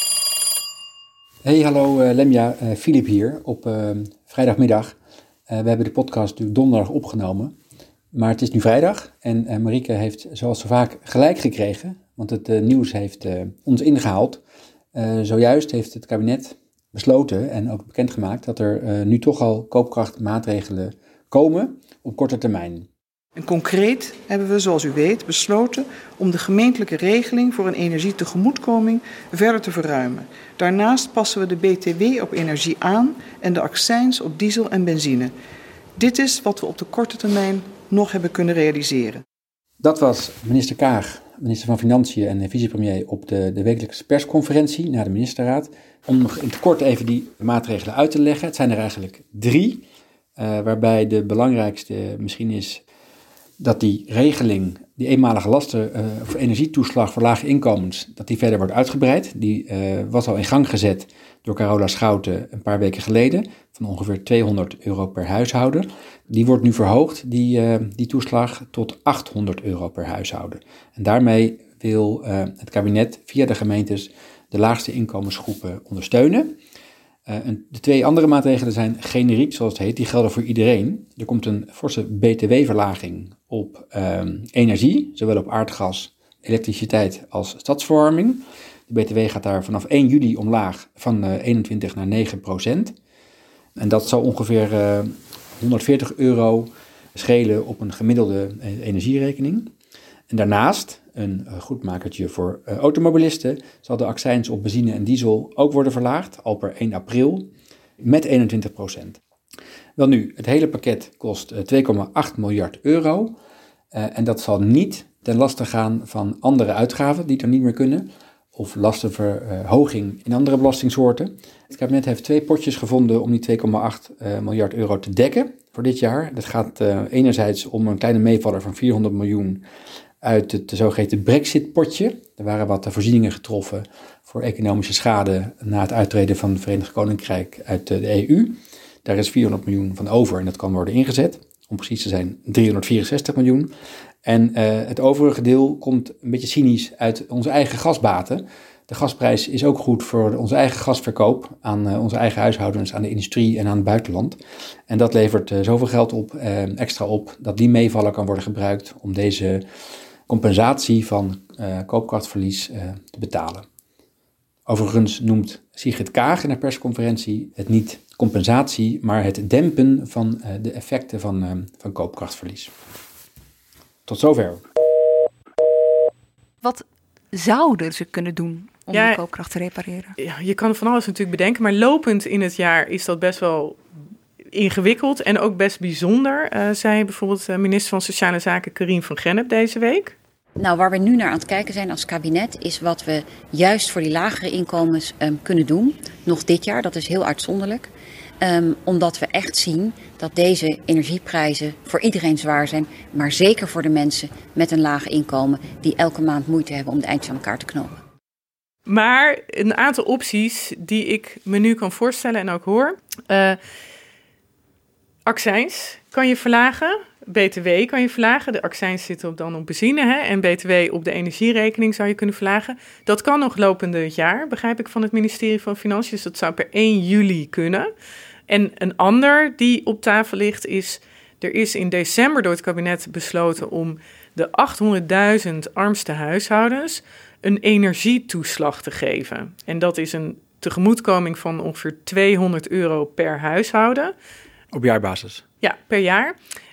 Speaker 6: Hey, hallo Lemja, Filip hier op vrijdagmiddag. We hebben de podcast natuurlijk donderdag opgenomen. Maar het is nu vrijdag en Marieke heeft zoals zo vaak gelijk gekregen, want het nieuws heeft ons ingehaald. Zojuist heeft het kabinet besloten en ook bekendgemaakt dat er nu toch al koopkrachtmaatregelen komen op korte termijn.
Speaker 4: En concreet hebben we, zoals u weet, besloten om de gemeentelijke regeling voor een energietegemoetkoming verder te verruimen. Daarnaast passen we de BTW op energie aan en de accijns op diesel en benzine. Dit is wat we op de korte termijn nog hebben kunnen realiseren.
Speaker 6: Dat was minister Kaag, minister van Financiën en vicepremier op de wekelijkse persconferentie na de ministerraad. Om nog in het kort even die maatregelen uit te leggen. Het zijn er eigenlijk 3, waarbij de belangrijkste misschien is dat die regeling, die eenmalige lasten of energietoeslag voor lage inkomens, dat die verder wordt uitgebreid. Die was al in gang gezet door Carola Schouten een paar weken geleden, van ongeveer €200 per huishouden. Die wordt nu verhoogd, die toeslag, tot €800 per huishouden. En daarmee wil het kabinet via de gemeentes de laagste inkomensgroepen ondersteunen. De 2 andere maatregelen zijn generiek, zoals het heet, die gelden voor iedereen. Er komt een forse btw-verlaging op energie, zowel op aardgas, elektriciteit als stadsverwarming. De btw gaat daar vanaf 1 juli omlaag van 21 naar 9%. En dat zal ongeveer €140 schelen op een gemiddelde energierekening. En daarnaast, een goedmakertje voor automobilisten, zal de accijns op benzine en diesel ook worden verlaagd, al per 1 april, met 21%. Wel nu, het hele pakket kost €2,8 miljard. En dat zal niet ten laste gaan van andere uitgaven die er niet meer kunnen, of lastenverhoging in andere belastingsoorten. Het kabinet heeft 2 potjes gevonden om die €2,8 miljard te dekken voor dit jaar. Dat gaat enerzijds om een kleine meevaller van 400 miljoen uit het zogeheten Brexit-potje. Er waren wat voorzieningen getroffen voor economische schade na het uittreden van het Verenigd Koninkrijk uit de EU. Daar is 400 miljoen van over en dat kan worden ingezet. Om precies te zijn 364 miljoen. En het overige deel komt een beetje cynisch uit onze eigen gasbaten. De gasprijs is ook goed voor onze eigen gasverkoop aan onze eigen huishoudens, aan de industrie en aan het buitenland. En dat levert zoveel geld extra op dat die meevaller kan worden gebruikt om deze compensatie van koopkrachtverlies te betalen. Overigens noemt Sigrid Kaag in haar persconferentie het niet compensatie, maar het dempen van de effecten van koopkrachtverlies. Tot zover.
Speaker 2: Wat zouden ze kunnen doen om de koopkracht te repareren?
Speaker 7: Ja, je kan van alles natuurlijk bedenken, maar lopend in het jaar is dat best wel ingewikkeld en ook best bijzonder, zei bijvoorbeeld minister van Sociale Zaken Karien van Gennep deze week.
Speaker 9: Nou, waar we nu naar aan het kijken zijn als kabinet is wat we juist voor die lagere inkomens kunnen doen. Nog dit jaar, dat is heel uitzonderlijk. Omdat we echt zien dat deze energieprijzen voor iedereen zwaar zijn. Maar zeker voor de mensen met een laag inkomen die elke maand moeite hebben om de eindjes aan elkaar te knopen.
Speaker 7: Maar een aantal opties die ik me nu kan voorstellen en ook hoor. Accijns kan je verlagen. BTW kan je verlagen. De accijns zitten dan op benzine. Hè? En BTW op de energierekening zou je kunnen verlagen. Dat kan nog lopende het jaar, begrijp ik van het ministerie van Financiën. Dus dat zou per 1 juli kunnen. En een ander die op tafel ligt is, er is in december door het kabinet besloten om de 800.000 armste huishoudens een energietoeslag te geven. En dat is een tegemoetkoming van ongeveer €200 per huishouden.
Speaker 6: Op jaarbasis?
Speaker 7: Ja, per jaar.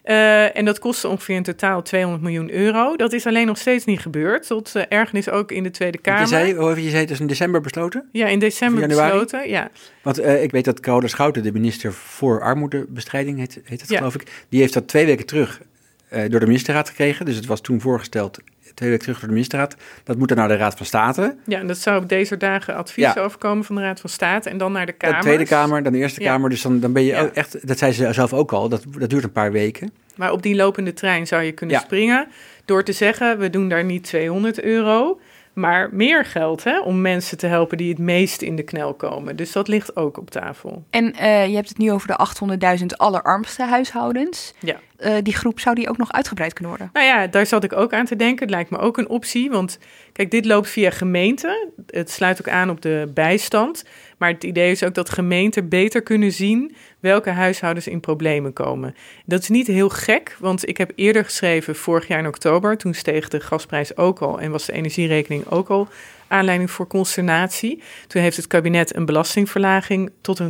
Speaker 7: En dat kostte ongeveer in totaal 200 miljoen euro. Dat is alleen nog steeds niet gebeurd. Tot ergernis ook in de Tweede Kamer.
Speaker 6: Je zei het is in december besloten?
Speaker 7: Ja, in december besloten, ja.
Speaker 6: Want ik weet dat Carola Schouten, de minister voor armoedebestrijding, heet het geloof ik. Die heeft dat 2 weken terug door de ministerraad gekregen. Dus het was toen voorgesteld 2 weken terug door de ministerraad. Dat moet dan naar de Raad van State.
Speaker 7: Ja, en dat zou op deze dagen advies overkomen van de Raad van State. En dan naar de Kamer.
Speaker 6: De Tweede Kamer, dan de Eerste Kamer. Dus dan ben je echt, dat zei ze zelf ook al, dat duurt een paar weken.
Speaker 7: Maar op die lopende trein zou je kunnen springen door te zeggen, we doen daar niet 200 euro, maar meer geld om mensen te helpen die het meest in de knel komen. Dus dat ligt ook op tafel.
Speaker 2: En je hebt het nu over de 800.000 allerarmste huishoudens.
Speaker 7: Ja.
Speaker 2: Die groep, zou die ook nog uitgebreid kunnen worden?
Speaker 7: Nou ja, daar zat ik ook aan te denken. Het lijkt me ook een optie, want kijk, dit loopt via gemeenten. Het sluit ook aan op de bijstand. Maar het idee is ook dat gemeenten beter kunnen zien welke huishoudens in problemen komen. Dat is niet heel gek, want ik heb eerder geschreven, vorig jaar in oktober, toen steeg de gasprijs ook al en was de energierekening ook al aanleiding voor consternatie. Toen heeft het kabinet een belastingverlaging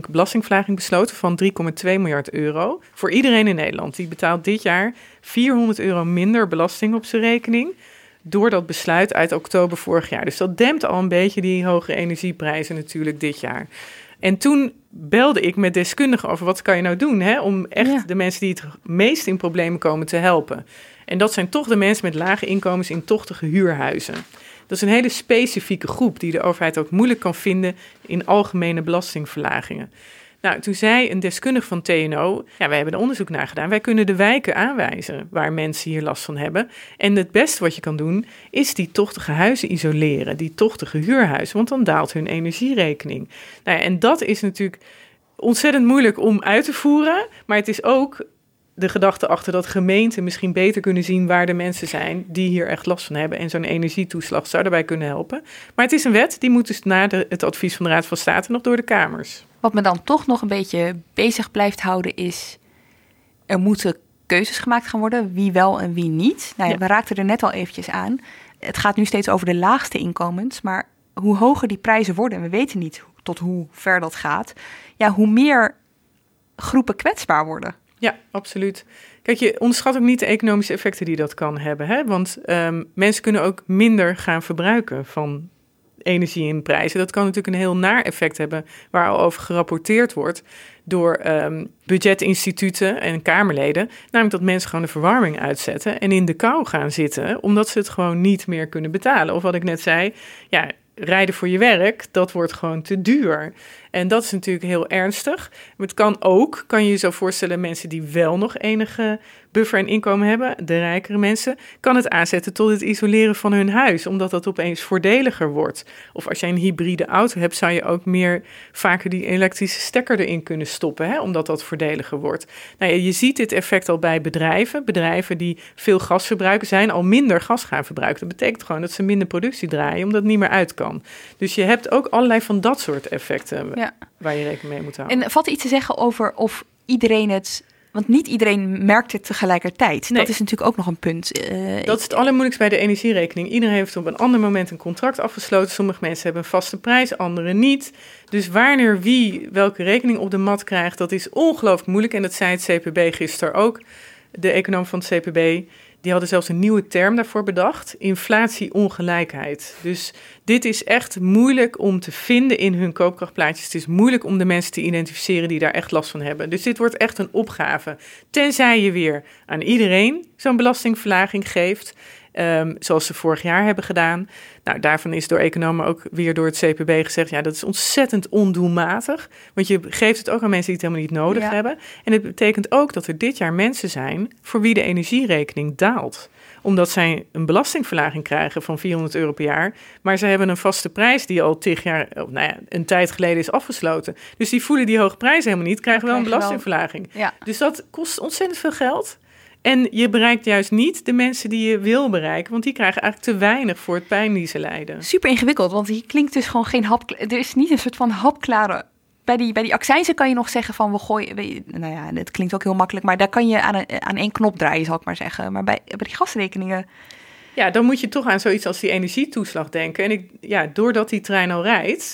Speaker 7: besloten van 3,2 miljard euro voor iedereen in Nederland. Die betaalt dit jaar 400 euro minder belasting op zijn rekening door dat besluit uit oktober vorig jaar. Dus dat dempt al een beetje die hogere energieprijzen natuurlijk dit jaar. En toen belde ik met deskundigen over wat kan je nou doen om echt de mensen die het meest in problemen komen te helpen. En dat zijn toch de mensen met lage inkomens in tochtige huurhuizen. Dat is een hele specifieke groep die de overheid ook moeilijk kan vinden in algemene belastingverlagingen. Nou, toen zei een deskundige van TNO, wij hebben er onderzoek naar gedaan. Wij kunnen de wijken aanwijzen waar mensen hier last van hebben. En het beste wat je kan doen, is die tochtige huizen isoleren, die tochtige huurhuizen, want dan daalt hun energierekening. Nou ja, en dat is natuurlijk ontzettend moeilijk om uit te voeren, maar het is ook de gedachte achter dat gemeenten misschien beter kunnen zien waar de mensen zijn die hier echt last van hebben. En zo'n energietoeslag zou daarbij kunnen helpen. Maar het is een wet, die moet dus na het advies van de Raad van State nog door de Kamers.
Speaker 2: Wat me dan toch nog een beetje bezig blijft houden is, er moeten keuzes gemaakt gaan worden, wie wel en wie niet. Nou ja, we raakten er net al eventjes aan. Het gaat nu steeds over de laagste inkomens, maar hoe hoger die prijzen worden, en we weten niet tot hoe ver dat gaat, hoe meer groepen kwetsbaar worden. Ja,
Speaker 7: absoluut. Kijk, je onderschat ook niet de economische effecten die dat kan hebben. Want mensen kunnen ook minder gaan verbruiken van energie en prijzen. Dat kan natuurlijk een heel naar effect hebben, waar al over gerapporteerd wordt door budgetinstituten en Kamerleden. Namelijk dat mensen gewoon de verwarming uitzetten en in de kou gaan zitten, omdat ze het gewoon niet meer kunnen betalen. Of wat ik net zei, rijden voor je werk, dat wordt gewoon te duur. En dat is natuurlijk heel ernstig. Maar het kan je je zo voorstellen, mensen die wel nog enige buffer en inkomen hebben, de rijkere mensen, kan het aanzetten tot het isoleren van hun huis, omdat dat opeens voordeliger wordt. Of als jij een hybride auto hebt, zou je ook vaker die elektrische stekker erin kunnen stoppen, omdat dat voordeliger wordt. Nou ja, je ziet dit effect al bij bedrijven. Bedrijven die veel gas verbruiken, zijn al minder gas gaan verbruiken. Dat betekent gewoon dat ze minder productie draaien, omdat het niet meer uit kan. Dus je hebt ook allerlei van dat soort effecten waar je rekening mee moet houden.
Speaker 2: En valt er iets te zeggen over of iedereen het, want niet iedereen merkt het tegelijkertijd. Nee. Dat is natuurlijk ook nog een punt.
Speaker 7: Dat is het allermoeilijkste bij de energierekening. Iedereen heeft op een ander moment een contract afgesloten. Sommige mensen hebben een vaste prijs, anderen niet. Dus wanneer wie welke rekening op de mat krijgt, dat is ongelooflijk moeilijk. En dat zei het CPB gisteren ook. De econoom van het CPB, die hadden zelfs een nieuwe term daarvoor bedacht. Inflatieongelijkheid. Dus dit is echt moeilijk om te vinden in hun koopkrachtplaatjes. Het is moeilijk om de mensen te identificeren die daar echt last van hebben. Dus dit wordt echt een opgave. Tenzij je weer aan iedereen zo'n belastingverlaging geeft, zoals ze vorig jaar hebben gedaan. Nou, daarvan is door economen ook weer door het CPB gezegd, dat is ontzettend ondoelmatig. Want je geeft het ook aan mensen die het helemaal niet nodig hebben. En het betekent ook dat er dit jaar mensen zijn voor wie de energierekening daalt. Omdat zij een belastingverlaging krijgen van 400 euro per jaar. Maar ze hebben een vaste prijs die al 10 jaar, een tijd geleden is afgesloten. Dus die voelen die hoge prijs helemaal niet, krijgen wel een belastingverlaging. Ja. Dus dat kost ontzettend veel geld. En je bereikt juist niet de mensen die je wil bereiken, want die krijgen eigenlijk te weinig voor het pijn die ze lijden.
Speaker 2: Super ingewikkeld, want hier klinkt dus gewoon geen er is niet een soort van hapklare. Bij die accijnzen kan je nog zeggen van we gooien, het klinkt ook heel makkelijk, maar daar kan je aan één knop draaien, zal ik maar zeggen. Maar bij die gasrekeningen.
Speaker 7: Ja, dan moet je toch aan zoiets als die energietoeslag denken. En doordat die trein al rijdt,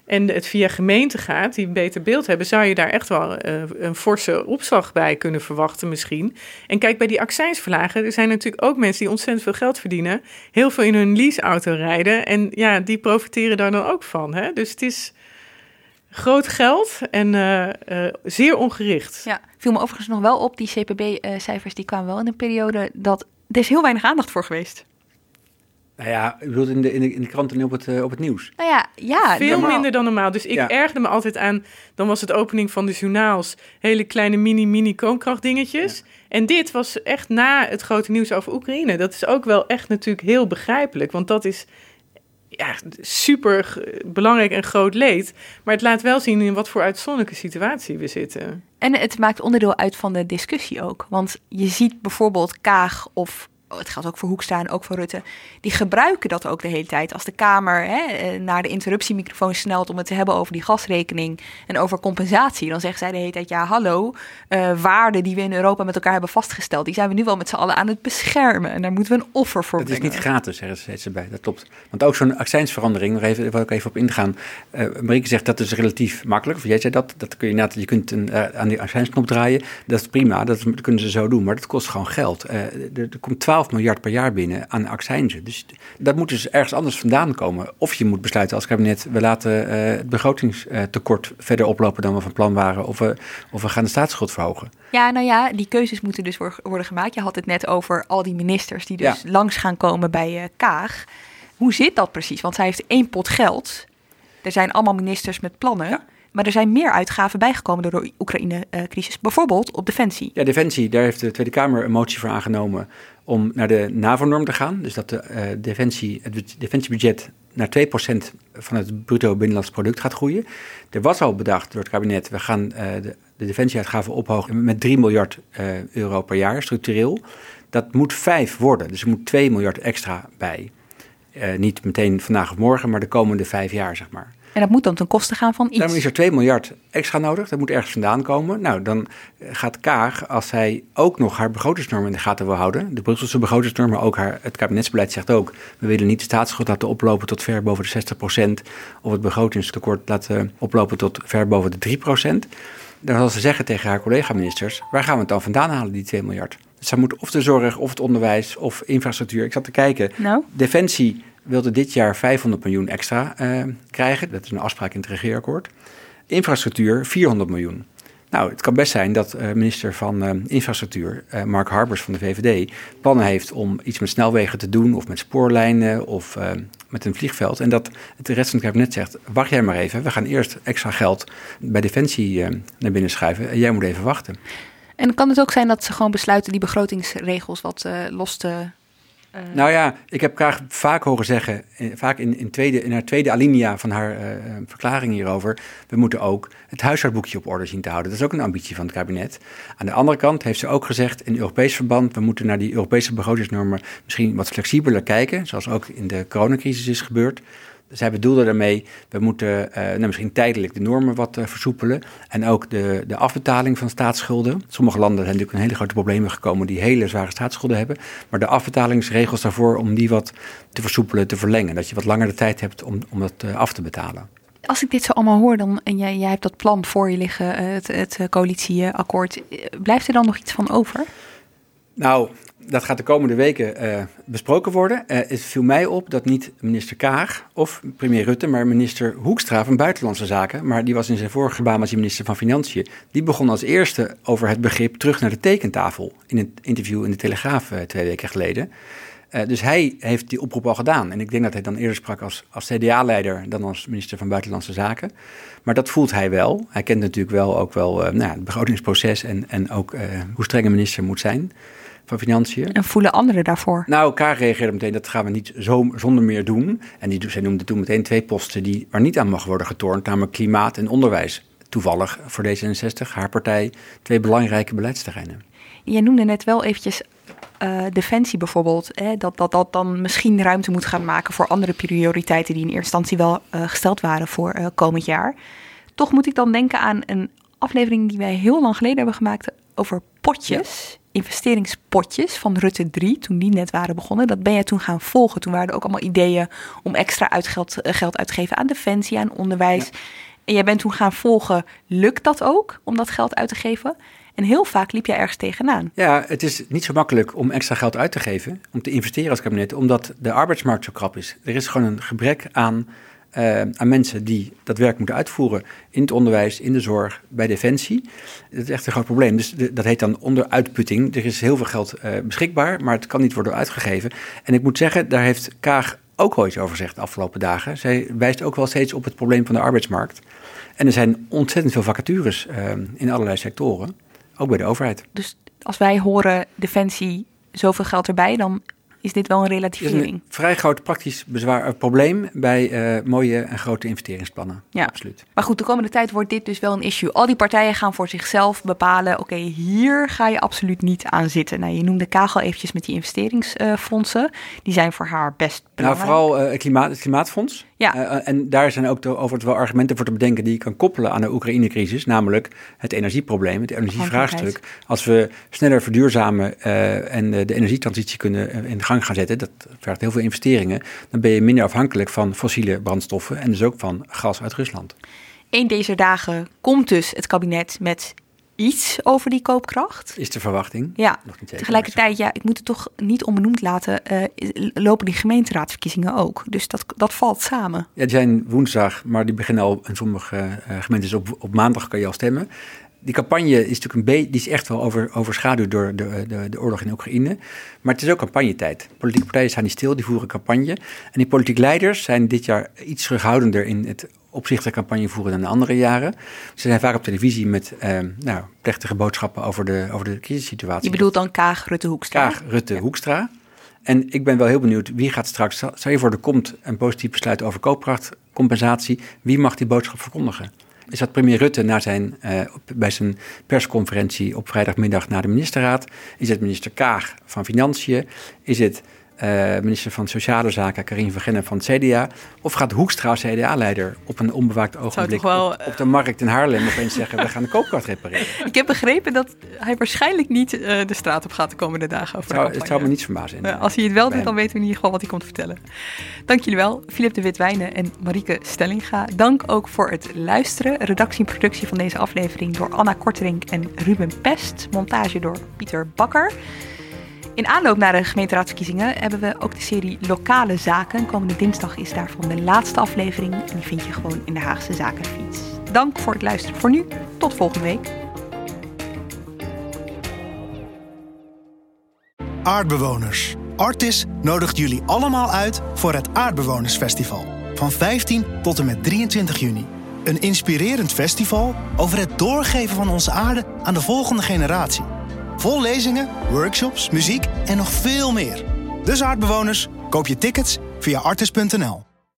Speaker 7: en het via gemeenten gaat, die een beter beeld hebben, zou je daar echt wel een forse opslag bij kunnen verwachten misschien. En kijk, bij die accijnsverlagen, er zijn natuurlijk ook mensen die ontzettend veel geld verdienen, heel veel in hun leaseauto rijden en ja, die profiteren daar dan ook van. Hè? Dus het is groot geld en zeer ongericht. Ja,
Speaker 2: viel me overigens nog wel op, die CPB-cijfers die kwamen wel in een periode dat er is heel weinig aandacht voor geweest.
Speaker 6: Nou ja, u bedoelt in de kranten en op het nieuws?
Speaker 2: Nou ja
Speaker 7: veel minder dan normaal. Dus ik ergerde me altijd aan, dan was het opening van de journaals, hele kleine mini koomkrachtdingetjes. Ja. En dit was echt na het grote nieuws over Oekraïne. Dat is ook wel echt natuurlijk heel begrijpelijk, want dat is super belangrijk en groot leed. Maar het laat wel zien in wat voor uitzonderlijke situatie we zitten.
Speaker 2: En het maakt onderdeel uit van de discussie ook. Want je ziet bijvoorbeeld Kaag of het geldt ook voor Hoekstra en ook voor Rutte, die gebruiken dat ook de hele tijd. Als de Kamer naar de interruptiemicrofoon snelt om het te hebben over die gasrekening en over compensatie, dan zeggen zij de hele tijd, ja hallo, waarden die we in Europa met elkaar hebben vastgesteld, die zijn we nu wel met z'n allen aan het beschermen. En daar moeten we een offer voor brengen.
Speaker 6: Dat is niet gratis, zeggen ze steeds erbij. Dat klopt. Want ook zo'n accijnsverandering, daar wil ik even op ingaan. Marieke zegt, dat is relatief makkelijk. Of jij zei dat kun je je kunt aan die accijnsknop draaien. Dat is prima, dat kunnen ze zo doen. Maar dat kost gewoon geld. Er komt 12 miljard per jaar binnen aan accijnzen. Dus dat moet dus ergens anders vandaan komen. Of je moet besluiten als kabinet, we laten het begrotingstekort verder oplopen dan we van plan waren. Of we gaan de staatsschuld verhogen.
Speaker 2: Ja, nou ja, die keuzes moeten dus worden gemaakt. Je had het net over al die ministers die dus langs gaan komen bij Kaag. Hoe zit dat precies? Want zij heeft 1 pot geld. Er zijn allemaal ministers met plannen. Ja. Maar er zijn meer uitgaven bijgekomen door de Oekraïne-crisis. Bijvoorbeeld op Defensie. Ja,
Speaker 6: Defensie. Daar heeft de Tweede Kamer een motie voor aangenomen om naar de NAVO-norm te gaan. Dus dat het defensiebudget naar 2% van het bruto binnenlands product gaat groeien. Er was al bedacht door het kabinet, we gaan de defensieuitgaven ophogen met 3 miljard euro per jaar, structureel. Dat moet 5 worden, dus er moet 2 miljard extra bij. Niet meteen vandaag of morgen, maar de komende 5 jaar, zeg maar.
Speaker 2: En dat moet dan ten koste gaan van iets.
Speaker 6: Daarom is er 2 miljard extra nodig. Dat moet ergens vandaan komen. Nou, dan gaat Kaag, als zij ook nog haar begrotingsnorm in de gaten wil houden, de Brusselse begrotingsnorm, maar ook het kabinetsbeleid zegt ook, we willen niet de staatsschuld laten oplopen tot ver boven de 60%, of het begrotingstekort laten oplopen tot ver boven de 3%. Dan zal ze zeggen tegen haar collega-ministers, waar gaan we het dan vandaan halen, die 2 miljard? Dus zij moet of de zorg, of het onderwijs, of infrastructuur. Ik zat te kijken.
Speaker 2: Nou?
Speaker 6: Defensie wilde dit jaar 500 miljoen extra krijgen. Dat is een afspraak in het regeerakkoord. Infrastructuur 400 miljoen. Nou, het kan best zijn dat minister van Infrastructuur, Mark Harbers van de VVD, plannen heeft om iets met snelwegen te doen, of met spoorlijnen, of met een vliegveld. En dat de rest van het kabinet zegt, wacht jij maar even, we gaan eerst extra geld bij Defensie naar binnen schuiven en jij moet even wachten.
Speaker 2: En kan het ook zijn dat ze gewoon besluiten die begrotingsregels wat los te...
Speaker 6: Nou ja, ik heb graag vaak horen zeggen, vaak in haar tweede alinea van haar verklaring hierover, we moeten ook het huishoudboekje op orde zien te houden. Dat is ook een ambitie van het kabinet. Aan de andere kant heeft ze ook gezegd, in Europees verband, we moeten naar die Europese begrotingsnormen misschien wat flexibeler kijken, zoals ook in de coronacrisis is gebeurd. Zij bedoelde daarmee, we moeten misschien tijdelijk de normen wat versoepelen. En ook de afbetaling van staatsschulden. Sommige landen zijn natuurlijk in hele grote problemen gekomen die hele zware staatsschulden hebben. Maar de afbetalingsregels daarvoor om die wat te versoepelen, te verlengen. Dat je wat langer de tijd hebt om dat af te betalen.
Speaker 2: Als ik dit zo allemaal hoor, en jij hebt dat plan voor je liggen, het coalitieakkoord. Blijft er dan nog iets van over?
Speaker 6: Nou, dat gaat de komende weken besproken worden. Het viel mij op dat niet minister Kaag of premier Rutte, maar minister Hoekstra van Buitenlandse Zaken, maar die was in zijn vorige baan als minister van Financiën, die begon als eerste over het begrip terug naar de tekentafel in een interview in de Telegraaf 2 weken geleden. Dus hij heeft die oproep al gedaan. En ik denk dat hij dan eerder sprak als CDA-leider dan als minister van Buitenlandse Zaken. Maar dat voelt hij wel. Hij kent natuurlijk ook wel het begrotingsproces en ook hoe streng een minister moet zijn van Financiën.
Speaker 2: En voelen anderen daarvoor?
Speaker 6: Nou, Kaag reageerde meteen, dat gaan we niet zonder meer doen. En zij noemde toen meteen 2 posten waar niet aan mag worden getornd, namelijk klimaat en onderwijs. Toevallig voor D66, haar partij, 2 belangrijke beleidsterreinen.
Speaker 2: Jij noemde net wel eventjes Defensie bijvoorbeeld, dat dan misschien ruimte moet gaan maken voor andere prioriteiten die in eerste instantie wel gesteld waren voor komend jaar. Toch moet ik dan denken aan een aflevering die wij heel lang geleden hebben gemaakt over potjes, investeringspotjes van Rutte 3, toen die net waren begonnen. Dat ben jij toen gaan volgen. Toen waren er ook allemaal ideeën om extra geld uit te geven aan defensie, aan onderwijs. Ja. En jij bent toen gaan volgen, lukt dat ook om dat geld uit te geven? En heel vaak liep jij ergens tegenaan.
Speaker 6: Ja, het is niet zo makkelijk om extra geld uit te geven, om te investeren als kabinet, omdat de arbeidsmarkt zo krap is. Er is gewoon een gebrek aan mensen die dat werk moeten uitvoeren in het onderwijs, in de zorg, bij Defensie. Dat is echt een groot probleem. Dus dat heet dan onderuitputting. Er is heel veel geld beschikbaar, maar het kan niet worden uitgegeven. En ik moet zeggen, daar heeft Kaag ook wel iets over gezegd de afgelopen dagen. Zij wijst ook wel steeds op het probleem van de arbeidsmarkt. En er zijn ontzettend veel vacatures in allerlei sectoren, ook bij de overheid.
Speaker 2: Dus als wij horen Defensie, zoveel geld erbij, dan is dit wel een relativering.
Speaker 6: Het is een vrij groot praktisch probleem bij mooie en grote investeringsplannen.
Speaker 2: Ja,
Speaker 6: absoluut.
Speaker 2: Maar goed, de komende tijd wordt dit dus wel een issue. Al die partijen gaan voor zichzelf bepalen, oké, hier ga je absoluut niet aan zitten. Nou, je noemde Kaag al eventjes met die investeringsfondsen. Die zijn voor haar best belangrijk.
Speaker 6: Nou, vooral het Klimaatfonds.
Speaker 2: Ja.
Speaker 6: En daar zijn ook overigens wel argumenten voor te bedenken die je kan koppelen aan de Oekraïne-crisis, namelijk het energieprobleem, het energievraagstuk. Als we sneller verduurzamen en de energietransitie kunnen in gang gaan zetten, dat vergt heel veel investeringen, dan ben je minder afhankelijk van fossiele brandstoffen en dus ook van gas uit Rusland.
Speaker 2: Eén deze dagen komt dus het kabinet met iets over die koopkracht.
Speaker 6: Is de verwachting.
Speaker 2: Ja,
Speaker 6: nog niet zeker,
Speaker 2: tegelijkertijd, ik moet het toch niet onbenoemd laten, lopen die gemeenteraadsverkiezingen ook. Dus dat valt samen. Ja,
Speaker 6: die zijn woensdag, maar die beginnen al in sommige gemeentes op maandag kan je al stemmen. Die campagne is natuurlijk die is echt wel overschaduwd door de oorlog in Oekraïne. Maar het is ook campagnetijd. Politieke partijen staan niet stil, die voeren campagne. En die politieke leiders zijn dit jaar iets terughoudender in het opzichtig campagne voeren dan de andere jaren. Ze zijn vaak op televisie met plechtige boodschappen over de crisissituatie.
Speaker 2: Je bedoelt dan Kaag, Rutte, Hoekstra?
Speaker 6: Kaag, Rutte, Hoekstra. En ik ben wel heel benieuwd, wie gaat straks, stel je voor er komt een positief besluit over koopkrachtcompensatie, wie mag die boodschap verkondigen? Is dat premier Rutte bij zijn persconferentie op vrijdagmiddag na de ministerraad? Is het minister Kaag van Financiën? Is het minister van Sociale Zaken, Karine van Gennep van het CDA? Of gaat Hoekstra, CDA-leider, op een onbewaakt ogenblik op de markt in Haarlem opeens zeggen, we gaan de koopkracht repareren?
Speaker 2: Ik heb begrepen dat hij waarschijnlijk niet de straat op gaat de komende dagen over de campagne.
Speaker 6: Het zou me niets verbazen.
Speaker 2: Als hij het wel doet, dan weten we in ieder geval wat hij komt vertellen. Dank jullie wel, Philip de Witwijnen en Marieke Stellinga. Dank ook voor het luisteren. Redactie en productie van deze aflevering door Anna Korterink en Ruben Pest. Montage door Pieter Bakker. In aanloop naar de gemeenteraadsverkiezingen hebben we ook de serie Lokale Zaken. Komende dinsdag is daarvan de laatste aflevering. En die vind je gewoon in de Haagse Zakenfeeds. Dank voor het luisteren voor nu. Tot volgende week.
Speaker 10: Aardbewoners. Artis nodigt jullie allemaal uit voor het Aardbewonersfestival. Van 15 tot en met 23 juni. Een inspirerend festival over het doorgeven van onze aarde aan de volgende generatie. Vol lezingen, workshops, muziek en nog veel meer. Dus aardbewoners, koop je tickets via artis.nl.